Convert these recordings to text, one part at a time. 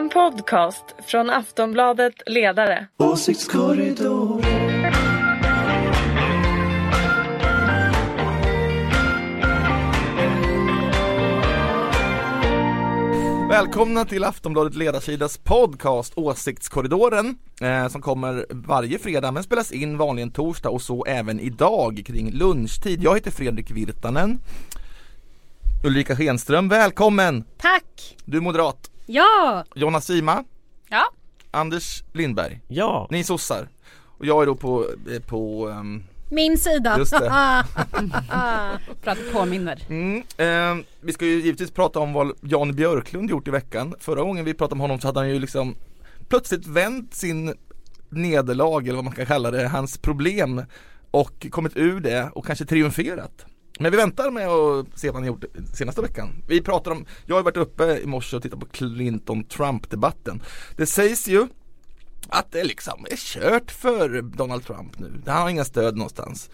En podcast från Aftonbladet Ledare. Åsiktskorridor. Välkomna till Aftonbladet Ledarsidas podcast Åsiktskorridoren som kommer varje fredag men spelas in vanligen torsdag och så även idag kring lunchtid. Jag heter Fredrik Virtanen. Ulrika Schenström, välkommen! Tack! Du är moderat. Ja! Jonna Sima. Ja. Anders Lindberg. Ja. Ni är sossar. Och jag är då på min sida. Just det. För att påminner. Vi ska ju givetvis prata om vad Jan Björklund gjort i veckan. Förra gången vi pratade om honom så hade han ju liksom plötsligt vänt sin nederlag, eller vad man kan kalla det, hans problem, och kommit ur det och kanske triumferat. Men vi väntar med att se vad han gjort senaste veckan. Vi pratar om, jag har varit uppe i morse och tittat på Clinton-Trump-debatten. Det sägs ju att det liksom är kört för Donald Trump nu. Han har inga stöd någonstans.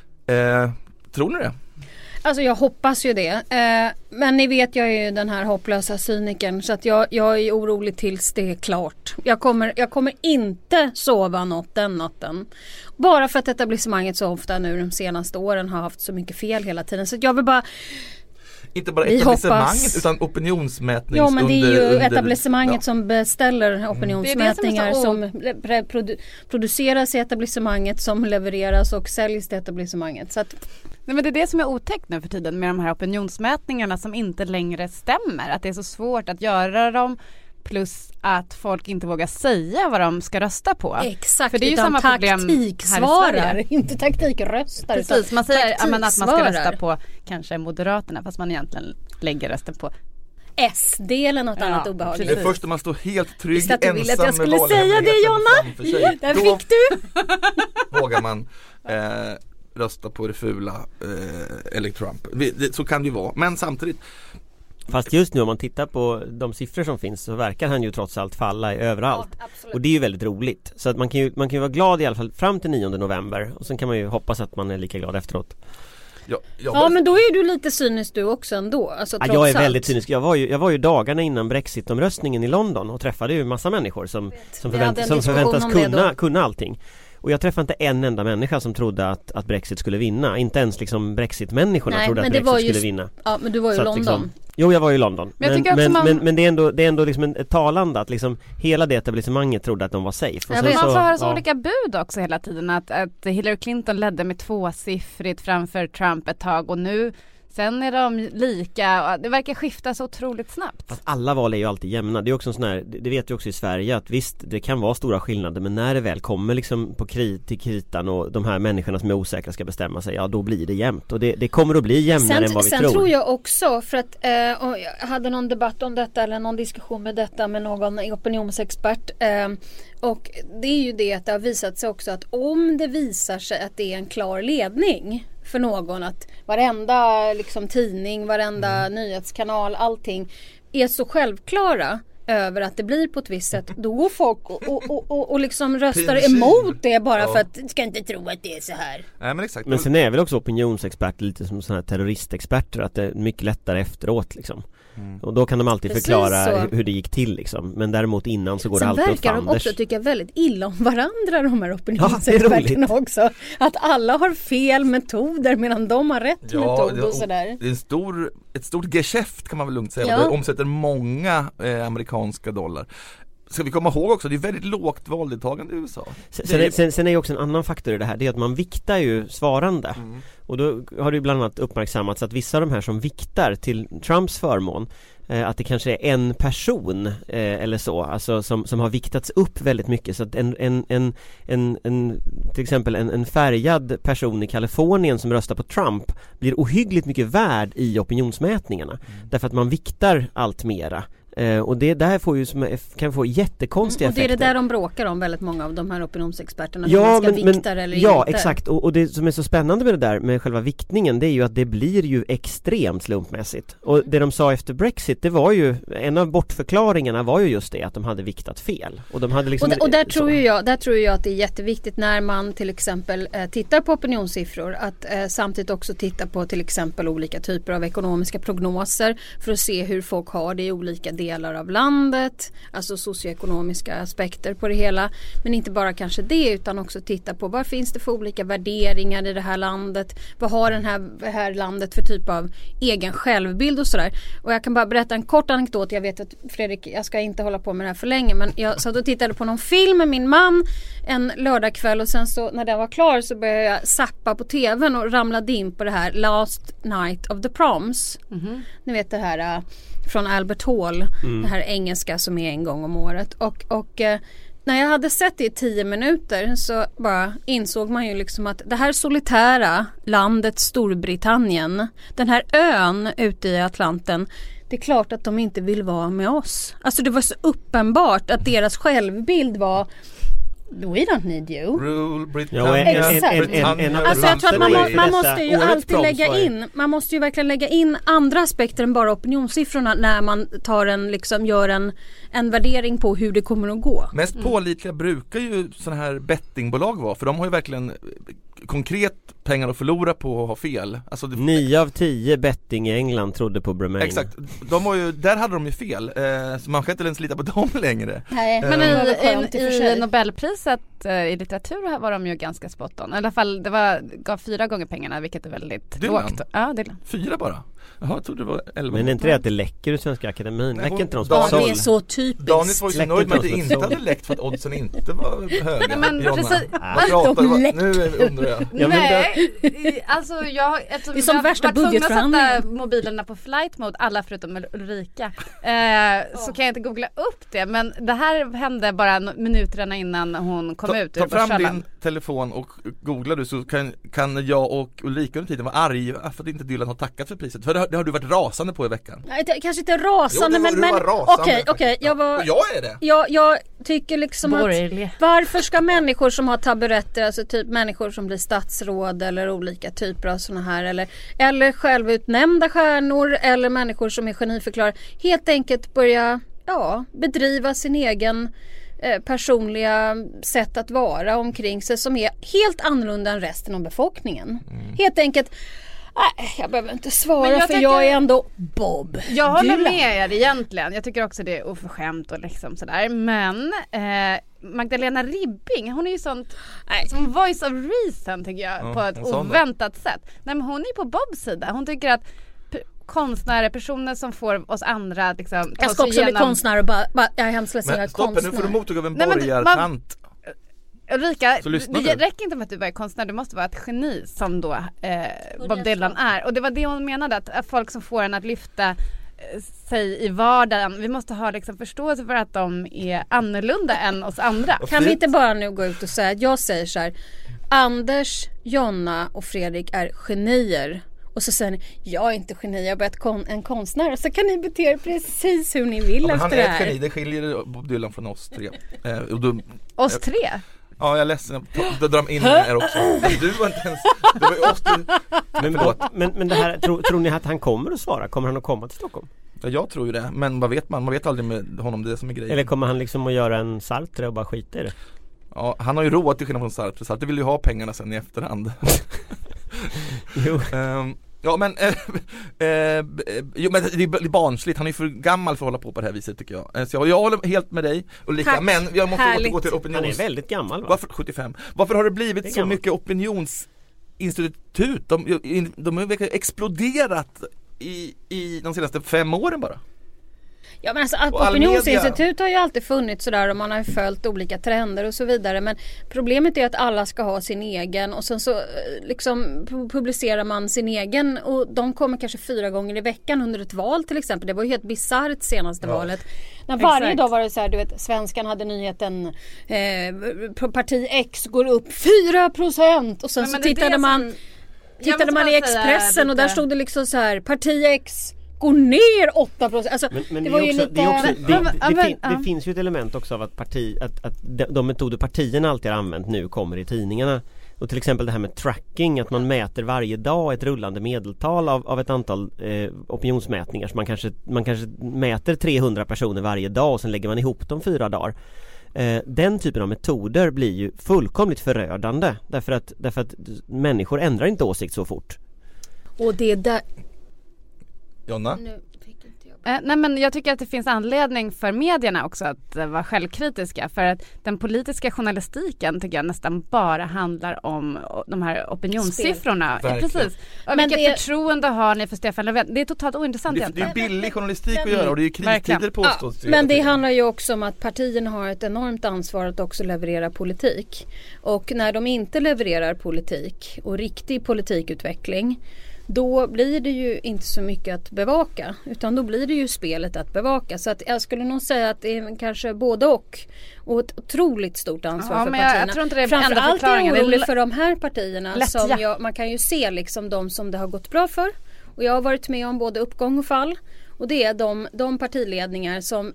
Tror ni det? Alltså jag hoppas ju det. Men ni vet, jag är ju den här hopplösa cynikern, så att jag är orolig tills det är klart. Jag kommer inte sova något den natten. Bara för att etablissemanget så ofta nu de senaste åren har haft så mycket fel hela tiden. Så jag vill bara... Inte bara etablissemanget utan opinionsmätnings. Ja, men det är ju etablissemanget som beställer opinionsmätningar som produceras i etablissemanget, som levereras och säljs till etablissemanget. Så att... Nej, men det är det som är otäckt nu för tiden med de här opinionsmätningarna som inte längre stämmer. Att det är så svårt att göra dem, plus att folk inte vågar säga vad de ska rösta på. Exakt, för det är ju samma problem taktiksvarar, inte taktikröstar. Precis, man säger att man ska rösta på kanske Moderaterna, fast man egentligen lägger rösten på SD eller något annat obehagligt. Det är först när man står helt trygg ensam med att jag skulle säga det, Jonna. Där fick du. Vågar man rösta på det fula eller Trump. Så kan det ju vara. Men samtidigt... Fast just nu om man tittar på de siffror som finns så verkar han ju trots allt falla överallt. Ja, och det är ju väldigt roligt. Så att man kan ju vara glad i alla fall fram till 9 november. Och sen kan man ju hoppas att man är lika glad efteråt. Ja, men då är du lite cynisk du också ändå. Alltså, ja, jag är väldigt cynisk. Jag var ju dagarna innan Brexit-omröstningen i London och träffade ju massa människor som förväntas kunna allting. Och jag träffade inte en enda människa som trodde att Brexit skulle vinna. Inte ens liksom Brexit-människorna trodde att Brexit skulle vinna. Ja, men du var ju i London. Liksom, jo, jag var i London. Men det är ändå liksom ett talande att liksom hela det etablissemanget trodde att de var safe. Man får höra så olika bud också hela tiden. Att Hillary Clinton ledde med 2-siffrigt framför Trump ett tag, och nu... Sen är de lika, det verkar skifta så otroligt snabbt. Fast alla val är ju alltid jämna. Det är också en sån här, det vet vi också i Sverige, att visst, det kan vara stora skillnader, men när det väl kommer liksom till kritan och de här människorna som är osäkra ska bestämma sig, ja då blir det jämnt. Och det kommer att bli jämnare än vad vi tror. Sen tror jag också, för att jag hade någon debatt om detta eller någon diskussion med detta med någon opinionsexpert, och det är ju det att det har visat sig också att om det visar sig att det är en klar ledning för någon, att varenda liksom tidning, varenda nyhetskanal, allting är så självklara över att det blir på ett visst sätt, då går folk och liksom röstar emot det bara för att ska inte tro att det är så här. Nej, men exakt. Men sen är väl också opinionsexperter lite som såna här terroristexperter, att det är mycket lättare efteråt liksom. Och då kan de alltid förklara hur det gick till liksom. Men däremot innan så går det alltid åt fanders. Sen verkar de också tycka väldigt illa om varandra, de här opinionsexperterna också. Att alla har fel metoder medan de har rätt metod och sådär. Det är ett stort geschäft kan man väl lugnt säga. Det omsätter många amerikanska dollar. Ska vi komma ihåg också, det är väldigt lågt valdeltagande i USA. Sen är ju också en annan faktor i det här, det är att man viktar ju svarande. Och då har det ju bland annat uppmärksammats att vissa av de här som viktar till Trumps förmån, att det kanske är en person eller så, alltså som har viktats upp väldigt mycket, så att till exempel en färgad person i Kalifornien som röstar på Trump blir ohyggligt mycket värd i opinionsmätningarna, därför att man viktar allt mera. Och det där kan få jättekonstiga effekter. Och det är det där de bråkar om, väldigt många av de här opinionsexperterna. Ja, man ska vikta eller inte. Ja, exakt. Och det som är så spännande med det där, med själva viktningen, det är ju att det blir ju extremt slumpmässigt. Och det de sa efter Brexit, det var ju, en av bortförklaringarna var ju just det, att de hade viktat fel. Och de hade liksom där tror jag att det är jätteviktigt när man till exempel tittar på opinionssiffror, att samtidigt också titta på till exempel olika typer av ekonomiska prognoser för att se hur folk har det i olika delar delar av landet, alltså socioekonomiska aspekter på det hela, men inte bara kanske det, utan också titta på vad finns det för olika värderingar i det här landet, vad har det här landet för typ av egen självbild och sådär. Och jag kan bara berätta en kort anekdot. Jag vet att Fredrik, jag ska inte hålla på med det här för länge, men jag satt och tittade på någon film med min man en lördagkväll, och sen så när den var klar så började jag zappa på tvn och ramlade in på det här Last Night of the Proms. Ni vet det här från Albert Hall, det här engelska som är en gång om året. Och när jag hade sett det i 10 minuter så bara insåg man ju liksom att det här solitära landet Storbritannien, den här ön ute i Atlanten, det är klart att de inte vill vara med oss. Alltså det var så uppenbart att deras självbild var We don't need you. Rule Britannia. Alltså jag tror att man måste ju alltid lägga in, man måste ju verkligen lägga in andra aspekter än bara opinionssiffrorna när man tar gör en värdering på hur det kommer att gå. Mest pålitliga brukar ju sådana här bettingbolag vara, för de har ju verkligen konkret pengar att förlora på att ha fel. Alltså 9 av 10 betting i England trodde på Bremain. Exakt, där hade de ju fel, så man kan inte ens lita på dem längre. Nej, men i Nobelpriset i litteratur var de ju ganska spot on. I alla fall, gav 4 gånger pengarna, vilket är väldigt lågt. Ja, Dylan. 4 bara? Jaha, jag trodde det var 11. Men är inte det att det läcker ur Svenska Akademin? Läcker inte de som det är så typiskt. Daniel var ju så nöjd med att det inte hade läckt för att oddsen inte var höga. Men precis. Nu undrar jag. Nej, alltså eftersom det är som värsta budgetförhandlingen. Sätta mobilerna på flight mode, alla förutom Ulrika, så kan jag inte googla upp det. Men det här hände bara minuterna innan hon kom ut ur Ta fram din telefon och googla du, så kan jag och Ulrika under tiden vara arg för att inte Dylan har tackat för priset. För det har du varit rasande på i veckan. Nej, kanske inte rasande, men okej, jag är det. Jag tycker liksom att varför ska människor som har taburetter, alltså typ människor som blir statsråd eller olika typer av såna här, eller självutnämnda stjärnor eller människor som är geniförklarade, helt enkelt börja bedriva sin egen personliga sätt att vara omkring sig som är helt annorlunda än resten av befolkningen. Helt enkelt. Jag behöver inte svara, för jag är ändå Bob. Jag håller med er egentligen. Jag tycker också det är oförskämt och liksom sådär. Men Magdalena Ribbing, hon är ju sånt som voice of reason tycker jag, på ett oväntat sätt. Nej, men hon är ju på Bobs sida. Hon tycker att konstnärer, personer som får oss andra liksom, jag ska också bli konstnär och bara jag är hemskt ledsen, jag är konstnär. Nu får du mottag av en borgartant. Ulrika, det räcker inte med att du är konstnär, du måste vara ett geni som då Bob Dylan är. Och det var det hon menade, att folk som får en att lyfta sig i vardagen, vi måste ha liksom förståelse för att de är annorlunda än oss andra. Kan vi inte bara nu gå ut och säga att jag säger så här: Anders, Jonna och Fredrik är genier. Och så säger ni, jag är inte geni, jag är en konstnär. Så kan ni bete er precis hur ni vill efter det här. Han är ett geni, det skiljer Bob Dylan från oss 3. Oss 3? Ja, jag är ledsen. Då drar de in er också. Du var inte ens... Det var ju oss men det här, tror ni att han kommer att svara? Kommer han att komma till Stockholm? Ja, jag tror ju det. Men vad vet man? Man vet aldrig med honom, det som är grejen. Eller kommer han liksom att göra en Sartre och bara skita i det? Ja, han har ju råd till skillnad från Sartre. Sartre vill ju ha pengarna sen i efterhand. Jo. Ja, men men det är barnsligt. Han är för gammal för att hålla på det här viset, tycker jag. Så jag håller helt med dig, Ulrika. Tack. Men jag måste återgå till opinions... Han är väldigt gammal, va? Varför 75? Varför har det blivit så mycket opinionsinstitut? De har verkligen exploderat i de senaste 5 åren bara. Ja, men alltså, opinionsinstitut har ju alltid funnits sådär, och man har ju följt olika trender och så vidare, men problemet är att alla ska ha sin egen, och sen så liksom publicerar man sin egen, och de kommer kanske 4 gånger i veckan under ett val till exempel. Det var ju helt bisarrt senaste valet. När varje dag var det så här, du vet, Svenskan hade nyheten parti X går upp 4%, och sen så tittade man i Expressen och där stod det liksom så här, parti X går ner 8%. Alltså, men det var ju lite... Det finns ju ett element också av att de metoder partierna alltid har använt nu kommer i tidningarna. Och till exempel det här med tracking, att man mäter varje dag ett rullande medeltal av ett antal opinionsmätningar. Så man kanske mäter 300 personer varje dag och sen lägger man ihop dem 4 dagar. Den typen av metoder blir ju fullkomligt förödande därför att människor ändrar inte åsikt så fort. Och det är där... Jonna? Nu fick inte jag Nej, men jag tycker att det finns anledning för medierna också att vara självkritiska, för att den politiska journalistiken tycker jag nästan bara handlar om de här opinionssiffrorna. Precis. Och vilket förtroende har ni för Stefan Löfven? Det är totalt ointressant egentligen. Det är billig journalistik att göra och det är ju kristider påstås. Men det handlar ju också om att partierna har ett enormt ansvar att också leverera politik. Och när de inte levererar politik och riktig politikutveckling, då blir det ju inte så mycket att bevaka, utan då blir det ju spelet att bevaka. Så att jag skulle nog säga att det är kanske både och ett otroligt stort ansvar för partierna. Jag tror inte det är framförallt är jag orolig för de här partierna som man kan ju se liksom de som det har gått bra för. Och jag har varit med om både uppgång och fall. Och det är de partiledningar som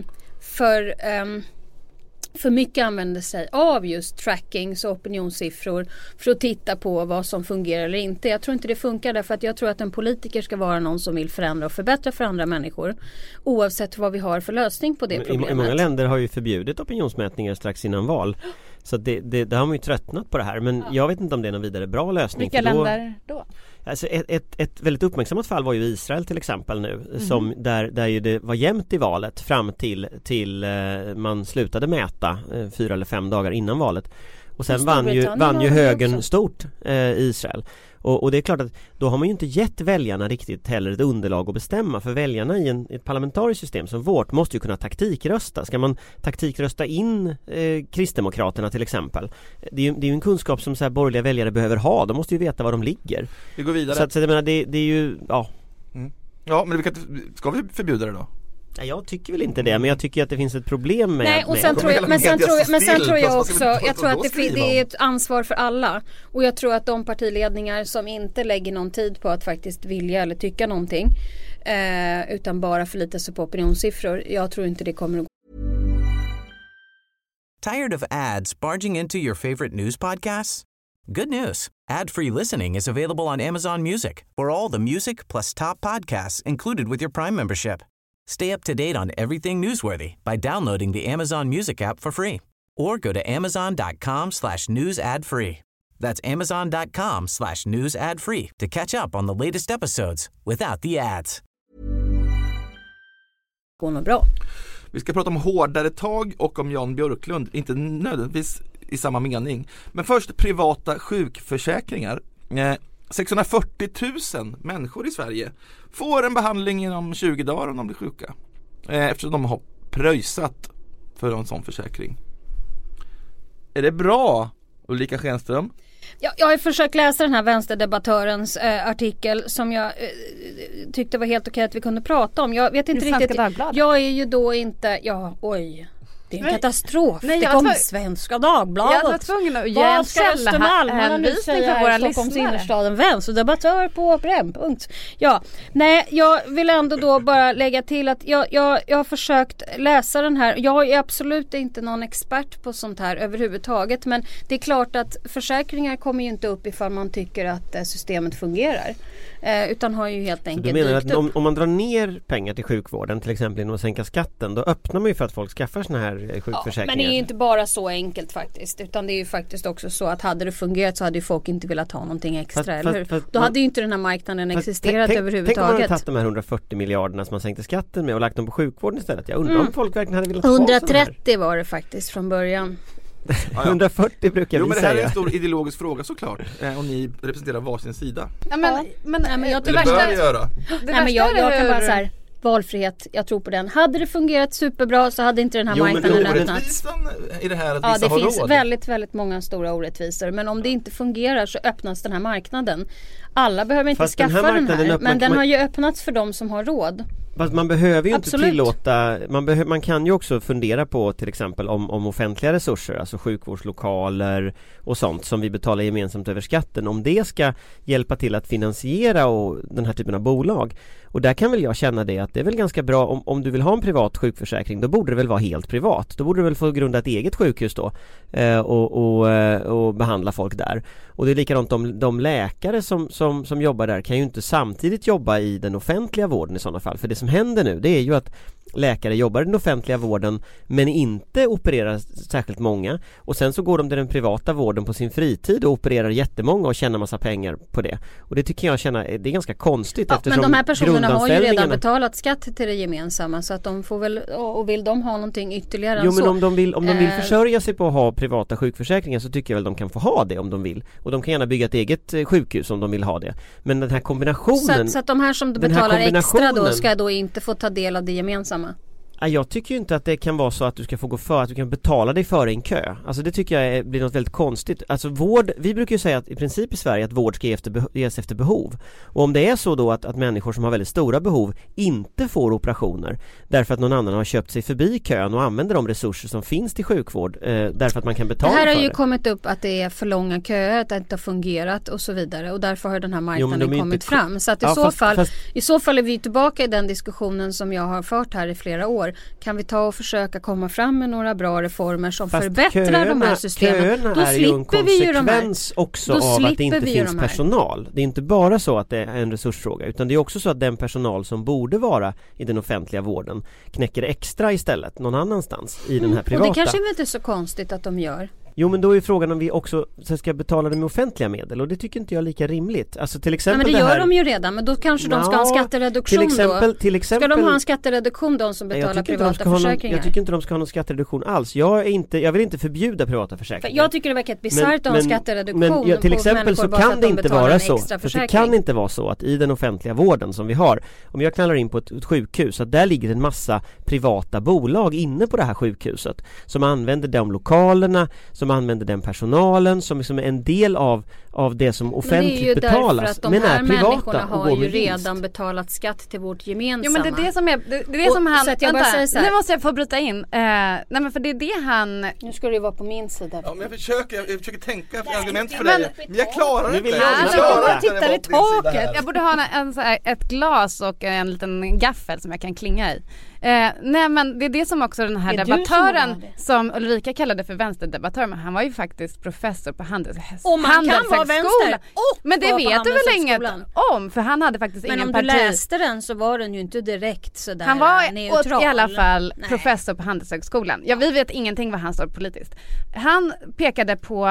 för mycket använder sig av just trackings och opinionssiffror för att titta på vad som fungerar eller inte. Jag tror inte det funkar, därför att jag tror att en politiker ska vara någon som vill förändra och förbättra för andra människor, oavsett vad vi har för lösning på det problemet. I många länder har ju förbjudit opinionsmätningar strax innan val. Så det har man ju tröttnat på det här. Men jag vet inte om det är någon vidare bra lösning. Vilka länder då? Alltså ett väldigt uppmärksammat fall var ju Israel till exempel nu, som där ju det var jämnt i valet fram till man slutade mäta 4 eller 5 dagar innan valet. Och sen vann ju högern stort i Israel. Och det är klart att då har man ju inte gett väljarna riktigt heller ett underlag att bestämma. För väljarna i ett parlamentariskt system som vårt måste ju kunna taktikrösta. Ska man taktikrösta in Kristdemokraterna till exempel? Det är ju en kunskap som så här borgerliga väljare behöver ha. De måste ju veta var de ligger. Vi går vidare. Så jag menar, det är ju, ja. Ja, men ska vi förbjuda det då? Nej, jag tycker väl inte det, men jag tycker att det finns ett problem med... Nej, och sen tror jag, men sen tror jag också, jag tror att det är ett ansvar för alla. Och jag tror att de partiledningar som inte lägger någon tid på att faktiskt vilja eller tycka någonting, utan bara förlitar sig på opinionssiffror, jag tror inte det kommer att gå. Tired of ads barging into your favorite news podcasts? Good news. Ad-free listening is available on Amazon Music for all the music plus top podcasts included with your Prime membership. Stay up to date on everything newsworthy by downloading the Amazon Music app for free or go to amazon.com/news ad free. That's amazon.com/news ad free to catch up on the latest episodes without the ads. Går bra. Vi ska prata om hårdare tag och om Jan Björklund, inte nödvändigtvis i samma mening. Men först privata sjukförsäkringar. 640 000 människor i Sverige får en behandling inom 20 dagar om de blir sjuka. Eftersom de har pröjsat för en sån försäkring. Är det bra, Ulrika Schenström? Jag har försökt läsa den här vänsterdebattörens artikel som jag tyckte var helt okej att vi kunde prata om. Jag vet inte riktigt. Jag är ju då inte... Det är en katastrof. Det kom Svenska Dagbladet. Jag var tvungen att ge en källhänvisning för våra Stockholms innerstaden. Vänsterdebattör på Brännpunkt. Ja, nej, jag vill ändå då bara lägga till att jag har försökt läsa den här. Jag är absolut inte någon expert på sånt här överhuvudtaget. Men det är klart att försäkringar kommer ju inte upp ifall man tycker att systemet fungerar. Utan har ju helt enkelt... Så du menar att om man drar ner pengar till sjukvården, till exempel genom att sänka skatten, då öppnar man ju för att folk skaffar såna här sjukförsäkringar? Men det är ju inte bara så enkelt faktiskt, utan det är ju faktiskt också så att hade det fungerat så hade ju folk inte velat ha någonting extra, eller hur? Då hade ju inte den här marknaden existerat överhuvudtaget. Tänk om man hade tagit de här 140 miljarderna som man sänkte skatten med och lagt dem på sjukvården istället. Jag undrar om folk verkligen hade velat 130 var det faktiskt från början. 140 brukar vi säga. Men det här är en stor ideologisk fråga såklart. Och ni representerar varsin sida. Men jag kan bara så här, valfrihet, jag tror på den. Hade det fungerat superbra så hade inte den här marknaden öppnats. I det här att det finns väldigt, väldigt många stora orättvisor. Men om det inte fungerar så öppnas den här marknaden. Alla behöver inte skaffa den här. Men den har ju öppnats för de som har råd. Fast man behöver ju inte tillåta, man kan ju också fundera på till exempel om offentliga resurser, alltså sjukvårdslokaler och sånt som vi betalar gemensamt över skatten, om det ska hjälpa till att finansiera den här typen av bolag. Och där kan väl jag känna det att det är väl ganska bra om du vill ha en privat sjukförsäkring, då borde det väl vara helt privat. Då borde du väl få grunda ett eget sjukhus då och behandla folk där. Och det är likadant de läkare som jobbar där kan ju inte samtidigt jobba i den offentliga vården i sådana fall. För det som händer nu, det är ju att läkare jobbar i den offentliga vården men inte opererar särskilt många, och sen så går de till den privata vården på sin fritid och opererar jättemånga och tjänar massa pengar på det. Och det tycker jag det är ganska konstigt, eftersom men de här personerna har ju redan betalat skatt till det gemensamma, så att de får väl, och vill de ha någonting ytterligare än så. Men om de vill försörja sig på att ha privata sjukförsäkringar, så tycker jag väl de kan få ha det om de vill. Och de kan gärna bygga ett eget sjukhus om de vill ha det. Men den här kombinationen... Så att de här som betalar extra då ska då inte få ta del av det gemensamma? Jag tycker ju inte att det kan vara så att du ska få gå för att du kan betala dig före en kö. Alltså det tycker jag blir något väldigt konstigt. Alltså vård, vi brukar ju säga att i princip i Sverige att vård ska ges efter behov. Och om det är så då att människor som har väldigt stora behov inte får operationer därför att någon annan har köpt sig förbi kön och använder de resurser som finns till sjukvård därför att man kan betala för det. Det här har ju kommit upp att det är för långa köer, att det inte har fungerat och så vidare, och därför har den här marknaden kommit fram. Så att i så fall är vi tillbaka i den diskussionen som jag har fört här i flera år. Kan vi ta och försöka komma fram med några bra reformer som förbättrar de här systemen? Då är ju en konsekvens också av att det inte finns personal. Det är inte bara så att det är en resursfråga, utan det är också så att den personal som borde vara i den offentliga vården knäcker extra istället någon annanstans i den här privata. Och det kanske inte är så konstigt att de gör. Jo, men då är frågan om vi också ska betala det med offentliga medel, och det tycker inte jag är lika rimligt. Alltså till exempel men det gör de ju redan, men då kanske de ska ha en skattereduktion till exempel, ska de ha en skattereduktion, de som betalar privata försäkringar? Jag tycker inte de ska ha någon skattereduktion alls. Jag vill inte förbjuda privata försäkringar. Jag tycker det verkar bisarrt att ha en skattereduktion. Men till exempel så kan det inte vara så, för det kan inte vara så att i den offentliga vården som vi har, om jag knallar in på ett sjukhus, att där ligger en massa privata bolag inne på det här sjukhuset som använder de lokalerna, som använder den personalen, som är en del av det som offentligt betalas. Men de här människorna har ju redan betalat skatt till vårt gemensamma. Jo, men det är det som är det som han... Nu måste jag få bryta in. Nej, men för det är det han... Nu ska det ju vara på min sida. Ja, men jag försöker tänka argument för dig. Men jag klarar inte. Jag tittar i taket. Jag borde ha ett glas och en liten gaffel som jag kan klinga i. Nej, men det är det som också den här debattören som Ulrika kallade för vänsterdebattör, men han var ju faktiskt professor på Handelshögskolan. Men det vet du väl inget om, för han hade faktiskt ingen parti. Men om du läste den så var den ju inte direkt sådär han var neutral. I alla fall professor på Handelshögskolan. Ja, vi vet ingenting vad han står politiskt. Han pekade på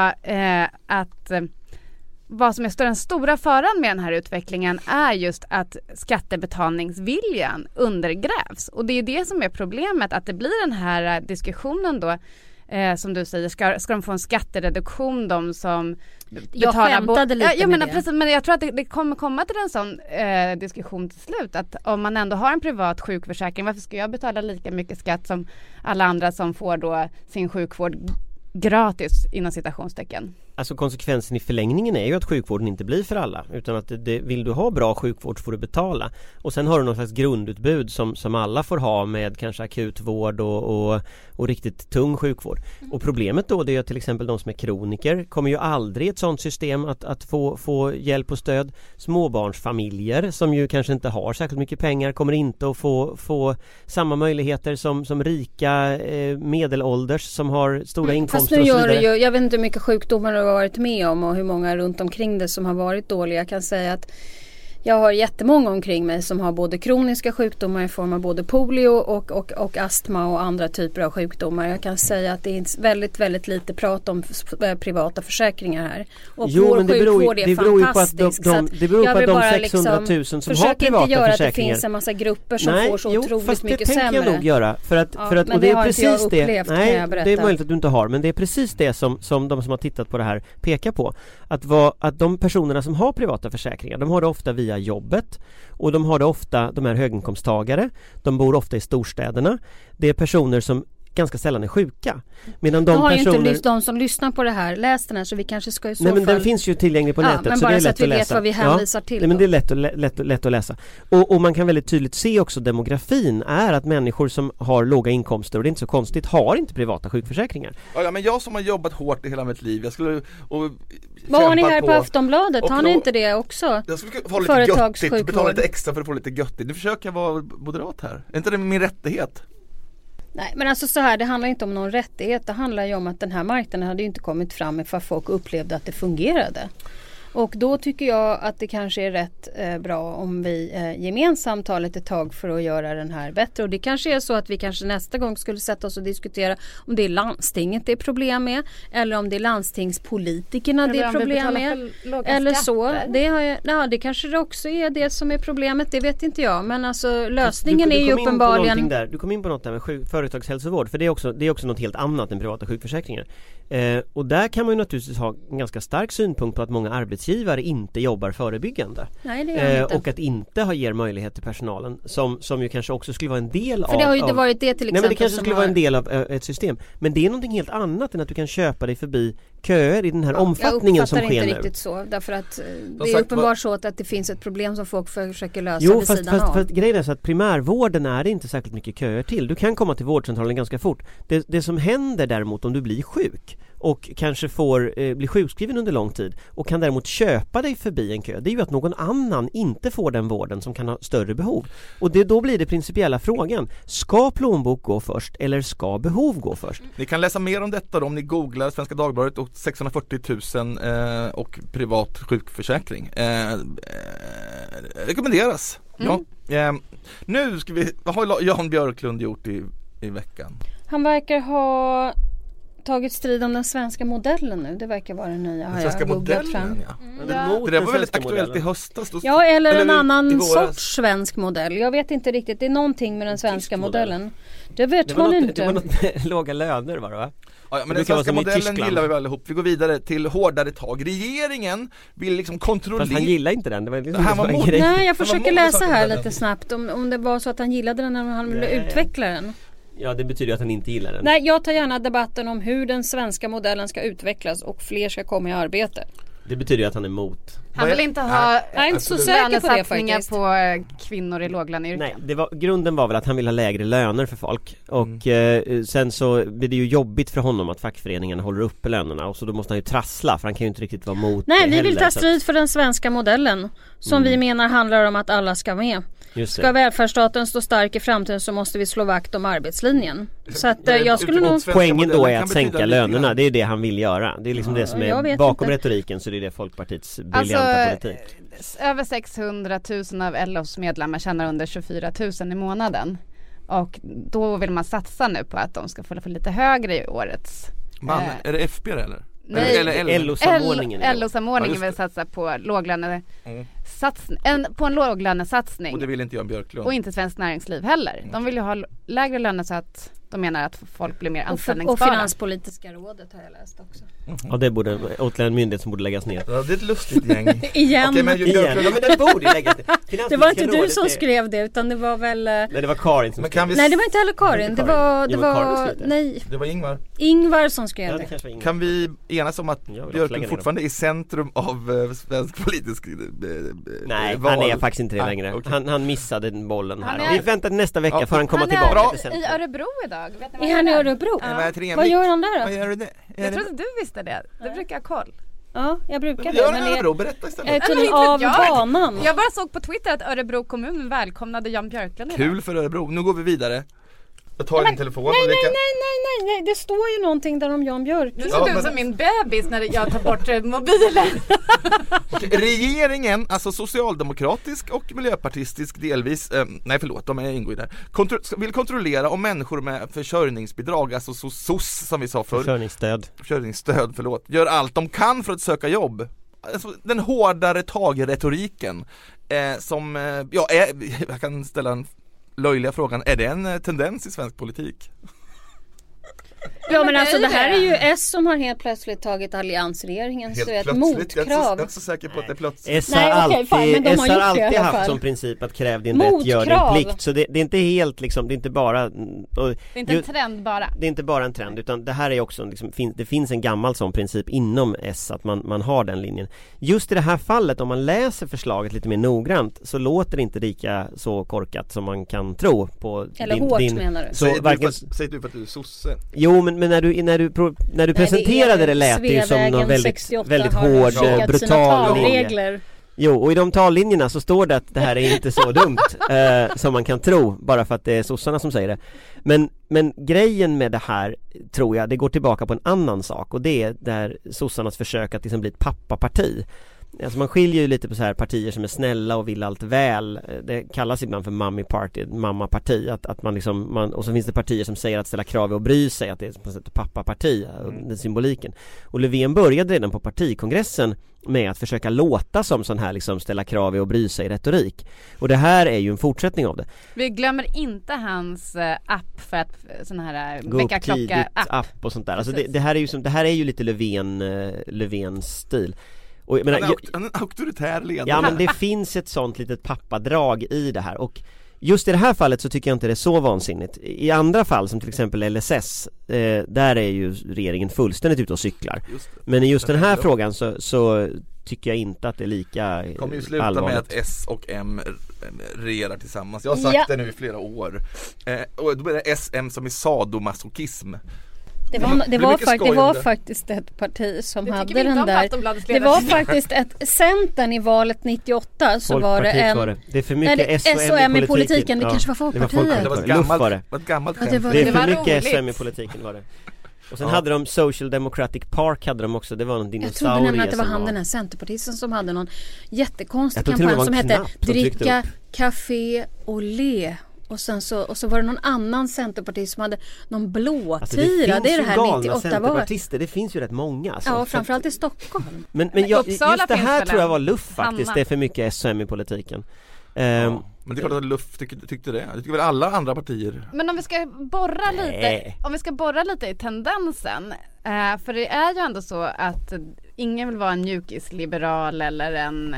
att vad som är den stora faran med den här utvecklingen är just att skattebetalningsviljan undergrävs. Och det är det som är problemet, att det blir den här diskussionen då, som du säger, ska de få en skattereduktion, de som betalar... Jag skämtade lite med det. Precis, men jag tror att det kommer komma till en sån diskussion till slut, att om man ändå har en privat sjukförsäkring, varför ska jag betala lika mycket skatt som alla andra som får då sin sjukvård gratis inom citationstecken? Alltså konsekvensen i förlängningen är ju att sjukvården inte blir för alla, utan att vill du ha bra sjukvård får du betala. Och sen har du någon slags grundutbud som alla får ha, med kanske akutvård och riktigt tung sjukvård. Och problemet då, det är att till exempel de som är kroniker kommer ju aldrig i ett sånt system att få hjälp och stöd. Småbarnsfamiljer som ju kanske inte har särskilt mycket pengar kommer inte att få samma möjligheter som rika medelålders som har stora inkomster och så vidare. Jag vet inte hur mycket sjukdomar du har varit med om och hur många runt omkring det som har varit dåliga. Jag kan säga att jag har jättemånga omkring mig som har både kroniska sjukdomar i form av både polio och astma och andra typer av sjukdomar. Jag kan säga att det är väldigt, väldigt lite prat om privata försäkringar här. Och men det beror ju på att de 600 000 som har privata försäkringar. Inte göra att det finns en massa grupper som får så otroligt mycket sämre. Nej, det tänker jag nog göra. För att, och det är precis det. Nej, det är möjligt att du inte har. Men det är precis det som de som har tittat på det här pekar på. Att de personerna som har privata försäkringar, de har det ofta via jobbet, och de har det ofta, de är höginkomsttagare, de bor ofta i storstäderna. Det är personer som ganska sällan är sjuka. Medan de har personer... ju inte de som lyssnar på det här läst den här, så vi kanske ska i så Nej, men fall... den finns ju tillgänglig på nätet, men så bara det är så lätt att vi vet vad vi hänvisar till. Nej, men det är lätt att läsa. Och man kan väldigt tydligt se också demografin är att människor som har låga inkomster, och det är inte så konstigt, har inte privata sjukförsäkringar. Ja, men jag som har jobbat hårt i hela mitt liv, jag skulle... Vad har ni här på Aftonbladet? Har ni inte det också? Jag skulle ha lite göttigt, betala lite extra för att få lite göttigt. Nu försöker jag vara moderat här. Är inte det min rättighet? Nej, men alltså så här, det handlar inte om någon rättighet. Det handlar ju om att den här marknaden hade ju inte kommit fram för att folk upplevde att det fungerade. Och då tycker jag att det kanske är rätt bra om vi gemensamt tar lite tag för att göra den här bättre. Och det kanske är så att vi kanske nästa gång skulle sätta oss och diskutera om det är landstinget det är problem med, eller om det är landstingspolitikerna det är problem med. Eller så. Det kanske det också är det som är problemet, det vet inte jag. Men alltså lösningen är ju uppenbarligen... Du kom in på något där med företagshälsovård, för det är också något helt annat än privata sjukförsäkringar. Och där kan man ju naturligtvis ha en ganska stark synpunkt på att många arbetsgivare inte jobbar förebyggande. Nej, det gör inte. Och att inte ger möjlighet till personalen som ju kanske också skulle vara en del av... För det har ju inte varit det till exempel. Nej, men det kanske skulle vara en del av ett system. Men det är någonting helt annat än att du kan köpa dig förbi köer i den här omfattningen som sker nu. Jag uppfattar inte riktigt så. Därför att det är uppenbart så att det finns ett problem som folk försöker lösa vid sidan av. Fast grejen är så att primärvården är det inte särskilt mycket köer till. Du kan komma till vårdcentralen ganska fort. Det som händer däremot om du blir sjuk och kanske bli sjukskriven under lång tid och kan däremot köpa dig förbi en kö, det är ju att någon annan inte får den vården som kan ha större behov. Och då blir det principiella frågan: ska plånbok gå först eller ska behov gå först? Ni kan läsa mer om detta då, om ni googlar Svenska Dagbladet och 640 000 och privat sjukförsäkring. Rekommenderas. Ja. Nu ska vad har Jan Björklund gjort i veckan? Han verkar ha tagit strid om den svenska modellen nu. Det verkar vara den nya. Den svenska modellen, ja. Det var väldigt aktuellt i höstas. Ja, eller en annan sorts svensk modell. Jag vet inte riktigt. Det är någonting med den svenska modellen. Det vet man inte. Det var något med låga löner, va? Ja, men den svenska modellen gillar vi väl ihop. Vi går vidare till hårdare tag. Regeringen vill liksom kontrollera... Fast han gillar inte den. Nej, jag försöker läsa här lite snabbt. Om det var så att han gillade den när han ville utveckla den. Ja, det betyder att han inte gillar den. Nej, jag tar gärna debatten om hur den svenska modellen ska utvecklas och fler ska komma i arbete. Det betyder att han är emot. Han vill inte ha lönesatsningar på kvinnor i låglöneyrken. Nej, grunden var väl att han vill ha lägre löner för folk. Och sen så blir det ju jobbigt för honom att fackföreningen håller uppe lönerna. Och så då måste han ju trassla, för han kan ju inte riktigt vara mot. Nej, vi vill ta strid för den svenska modellen. Som vi menar handlar om att alla ska med. Ska välfärdsstaten stå stark i framtiden så måste vi slå vakt om arbetslinjen. Så att jag skulle nog... Poängen då är att sänka lönerna. Det är det han vill göra. Det är liksom det som är bakom retoriken. Så det är det Folkpartiets briljanta politik. Över 600 000 av LOs medlemmar tjänar under 24 000 i månaden. Och då vill man satsa nu på att de ska få lite högre i årets... Är det FB eller? Nej, eller LO-samordningen vill satsa på på en låglönesatsning. Och det vill inte Jan Björklund. Och inte Svenskt Näringsliv heller. De vill ju ha lägre löner så att de menar att folk blir mer anställningsbara. Och Finanspolitiska rådet har jag läst också. Ja, det borde åt en myndighet som borde läggas ner. Ja, det är ett lustigt gäng. Igen. Ja, men det borde läggas ner. Det var inte du som skrev det, utan det var väl... Nej, det var Karin som skrev det. Nej, det var inte heller Karin. Det var nej. Det var Ingvar. Ingvar som skrev det. Kan vi enas om att Björklund fortfarande är i centrum av svensk politisk... Nej, han är faktiskt inte det längre. Okay. Han missade den bollen här. Vi väntar nästa vecka för han komma tillbaka. Han är i Örebro idag. Är han i Örebro? Vad gör han där då? Jag trodde du visste det. Du brukar ha koll. Ja, jag brukar det. Men Örebro, berätta istället. Av banan. Jag bara såg på Twitter att Örebro kommun välkomnade Jan Björklund. Kul för Örebro. Nu går vi vidare. Jag tar din telefon. Nej. Det står ju någonting där om Jan Björklund. Du såg ut som min bebis när jag tar bort mobilen. Regeringen, alltså socialdemokratisk och miljöpartistisk delvis, de ingår där, vill kontrollera om människor med försörjningsbidrag, alltså SOS som vi sa förr. Försörjningsstöd, gör allt de kan för att söka jobb. Alltså, den hårdare tag-retoriken jag kan ställa en löjliga frågan, är det en tendens i svensk politik? Ja, men alltså det här är ju S som har helt plötsligt tagit alliansregeringen så ett motkrav. Jag är inte så säker på att det är plötsligt. S har alltid haft som princip att kräv din rätt, gör din plikt. Så det är inte helt liksom, det är inte bara... det är inte en trend bara. Det är inte bara en trend, utan det här är också liksom, det finns en gammal sån princip inom S att man har den linjen. Just i det här fallet, om man läser förslaget lite mer noggrant, så låter det inte lika så korkat som man kan tro på. Eller hårt menar du? Säger du för att du är sosse? Jo, men när du presenterade det lät det ju som någon väldigt hård, brutal linje. Jo, och i de tallinjerna så står det att det här är inte så dumt som man kan tro, bara för att det är sossarna som säger det. Men grejen med det här, tror jag, det går tillbaka på en annan sak, och det är där sossarnas försök att liksom bli ett pappaparti. Alltså man skiljer ju lite på så här partier som är snälla och vill allt väl. Det kallas ibland för mammaparti, att man liksom, och så finns det partier som säger att ställa krav och bry sig, att det är på något sätt pappaparti, den symboliken. Och Löfven började redan på partikongressen med att försöka låta som sån här liksom ställa krav och bry sig retorik. Och det här är ju en fortsättning av det. Vi glömmer inte hans app för att sån här väckarklocka app och sånt där. Alltså det här är ju det här är ju lite Löfvens stil. Och jag menar, en auktoritär ledare. Ja, men det finns ett sånt litet pappadrag i det här. Och just i det här fallet så tycker jag inte det är så vansinnigt. I andra fall som till exempel LSS, där är ju regeringen fullständigt ute och cyklar. Men i just den här frågan så tycker jag inte att det är lika allvarligt. Kommer ju sluta med att S och M regerar tillsammans. Jag har sagt det nu i flera år. Och då blir det SM som är sadomasochism. Det var faktiskt ett parti som hade den där. Det var faktiskt ett Centern i valet 98 så var det en det är för mycket S&M i politiken. Det kanske var Folkpartiet. Det var ett gammalt det är för mycket SM i politiken var det. Och sen hade de Social Democratic Park hade de också. Det var någon dinosaurie. Jag trodde nämligen att det var han den här centerpartisten som hade någon jättekonstig kampanj som hette Dricka, Café och Le. Och så var det någon annan centerpartist som hade någon blåtira. Alltså det är det här 98 var. Det finns ju rätt många. Alltså. Ja, framförallt i Stockholm. Men just det här tror jag var luff faktiskt. Det är för mycket SM i politiken. Men det är klart att Luff tyckte det. Det tycker väl alla andra partier. Men om vi ska borra lite i tendensen. För det är ju ändå så att ingen vill vara en mjukisliberal eller en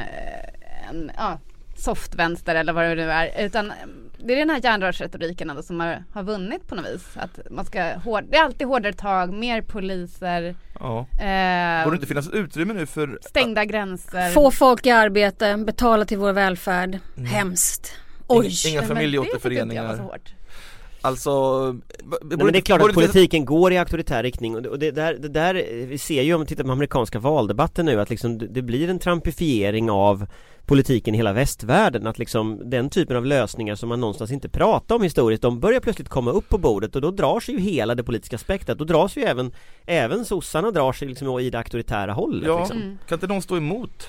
softvänster eller vad det nu är, utan det är den här järnrörsretoriken ändå som har vunnit på något vis. Att man ska det är alltid hårdare tag, mer poliser. Ja. Borde inte finnas utrymme nu för stängda gränser. Få folk i arbete, betala till vår välfärd. Hemskt. Oj. Inga familjeåterföreningar. Alltså men det är klart att politiken går i auktoritär riktning och det där vi ser ju om vi tittar på amerikanska valdebatten nu att liksom det blir en trumpifiering av politiken i hela västvärlden, att liksom den typen av lösningar som man någonstans inte pratar om historiskt, de börjar plötsligt komma upp på bordet och då drar sig ju hela det politiska spektrat, då dras ju även sossarna drar sig liksom i det auktoritära hållet. Ja, liksom. Kan inte de stå emot?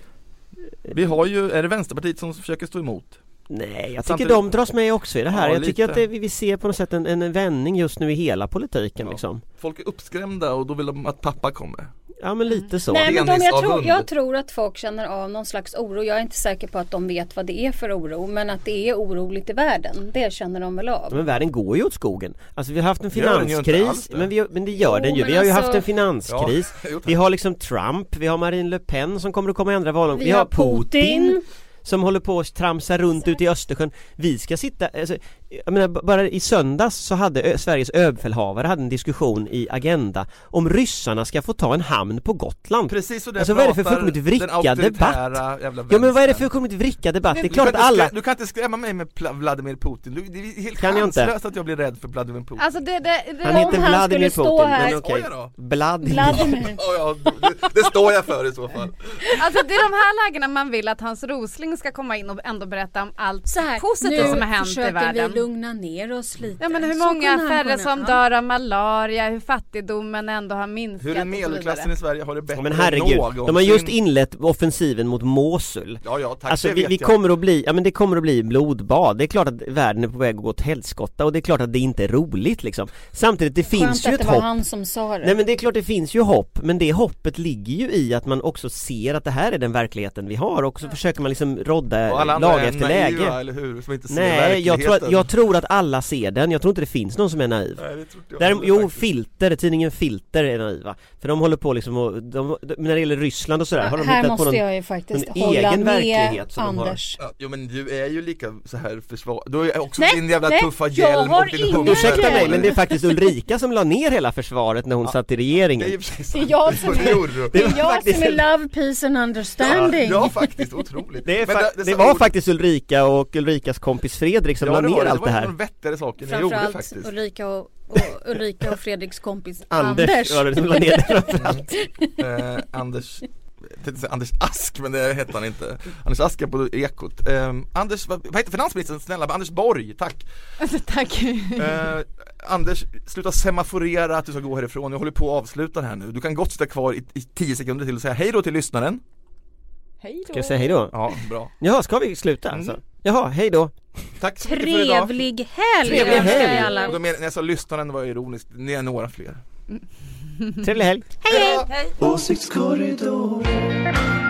Vi har ju, är det Vänsterpartiet som försöker stå emot? Nej, jag tycker de dras med också i det här. Ja, jag tycker att vi ser på något sätt en vändning just nu i hela politiken. Ja. Liksom. Folk är uppskrämda och då vill de att pappa kommer. Ja, men lite så. Nej, men jag tror att folk känner av någon slags oro. Jag är inte säker på att de vet vad det är för oro, men att det är oroligt i världen, det känner de väl av. Men världen går ju åt skogen. Alltså vi har haft en finanskris, men det gör den ju. Vi har ju haft en finanskris. Vi har liksom Trump, vi har Marine Le Pen som kommer att komma i andra val. Vi har Putin som håller på att tramsa runt ut i Östersjön. Vi ska sitta, alltså, jag menar, bara i söndags så hade Sveriges överbefälhavare en diskussion i Agenda om ryssarna ska få ta en hamn på Gotland. Precis så det alltså, vad är det för fullkomligt vricka debatt? Ja, men vad är det för fullkomligt vricka debatt? Det är klart att alla... Du kan inte skrämma mig med Vladimir Putin. Det är helt chanslöst att jag blir rädd för Vladimir Putin. Alltså han heter Vladimir Putin, men okej. Vladimir. Det står jag för i så fall. Alltså det är de här lägena man vill att Hans Rosling ska komma in och ändå berätta om allt så här, positivt som har hänt i världen. Vi lugna ner oss lite. Ja, men hur många färre som dör av malaria, hur fattigdomen ändå har minskat. Hur är medelklassen i Sverige har det bättre? Men herregud, de har just inlett offensiven mot Mosul. Ja, tack. Alltså vi kommer att bli, det kommer att bli blodbad. Det är klart att världen är på väg att gå åt helskotta och det är klart att det inte är roligt liksom. Samtidigt det finns ju ett hopp. Han som sa det. Nej, men det är klart det finns ju hopp, men det hoppet ligger ju i att man också ser att det här är den verkligheten vi har och så försöker man liksom rodda lag efter läge. Eller hur? Som inte ser nej, jag tror att alla ser den. Jag tror inte det finns någon som är naiv. Nej, tidningen Filter är naiva. För de håller på liksom och när det gäller Ryssland och sådär har de här hittat på någon, jag ju faktiskt egen verklighet som Anders. De har. Jo, men du är ju lika så här försvar. Du är också din jävla tuffa hjälm och din hund. Ursäkta mig, men det är faktiskt Ulrika som la ner hela försvaret när hon satt i regeringen. Det är jag som är love, peace and understanding. Ja, faktiskt otroligt. Det var faktiskt Ulrika och Ulrikas kompis Fredrik som la ner allt det här. Det var vettigare saker ni gjorde faktiskt. Ulrika och Fredriks kompis Anders var det som la ner det framförallt. Anders Ask, men det heter han inte. Anders Ask är på Ekot. Anders, vad heter finansministern? Snälla, Anders Borg, tack. Tack. Anders, sluta semaforera att du ska gå härifrån. Jag håller på att avsluta här nu. Du kan gott sitta kvar i 10 sekunder till och säga hej då till lyssnaren. Hej då. Ska jag säga hej då? Ja, bra. Jaha, ska vi sluta alltså? Jaha, hej då. Tack så mycket för idag. Trevlig helg! Trevlig helg. Alla. Och då menar jag så lyssnaren var ironiskt. Ni är några fler. Trevlig helg. Hej hej! Åsiktskorridoren.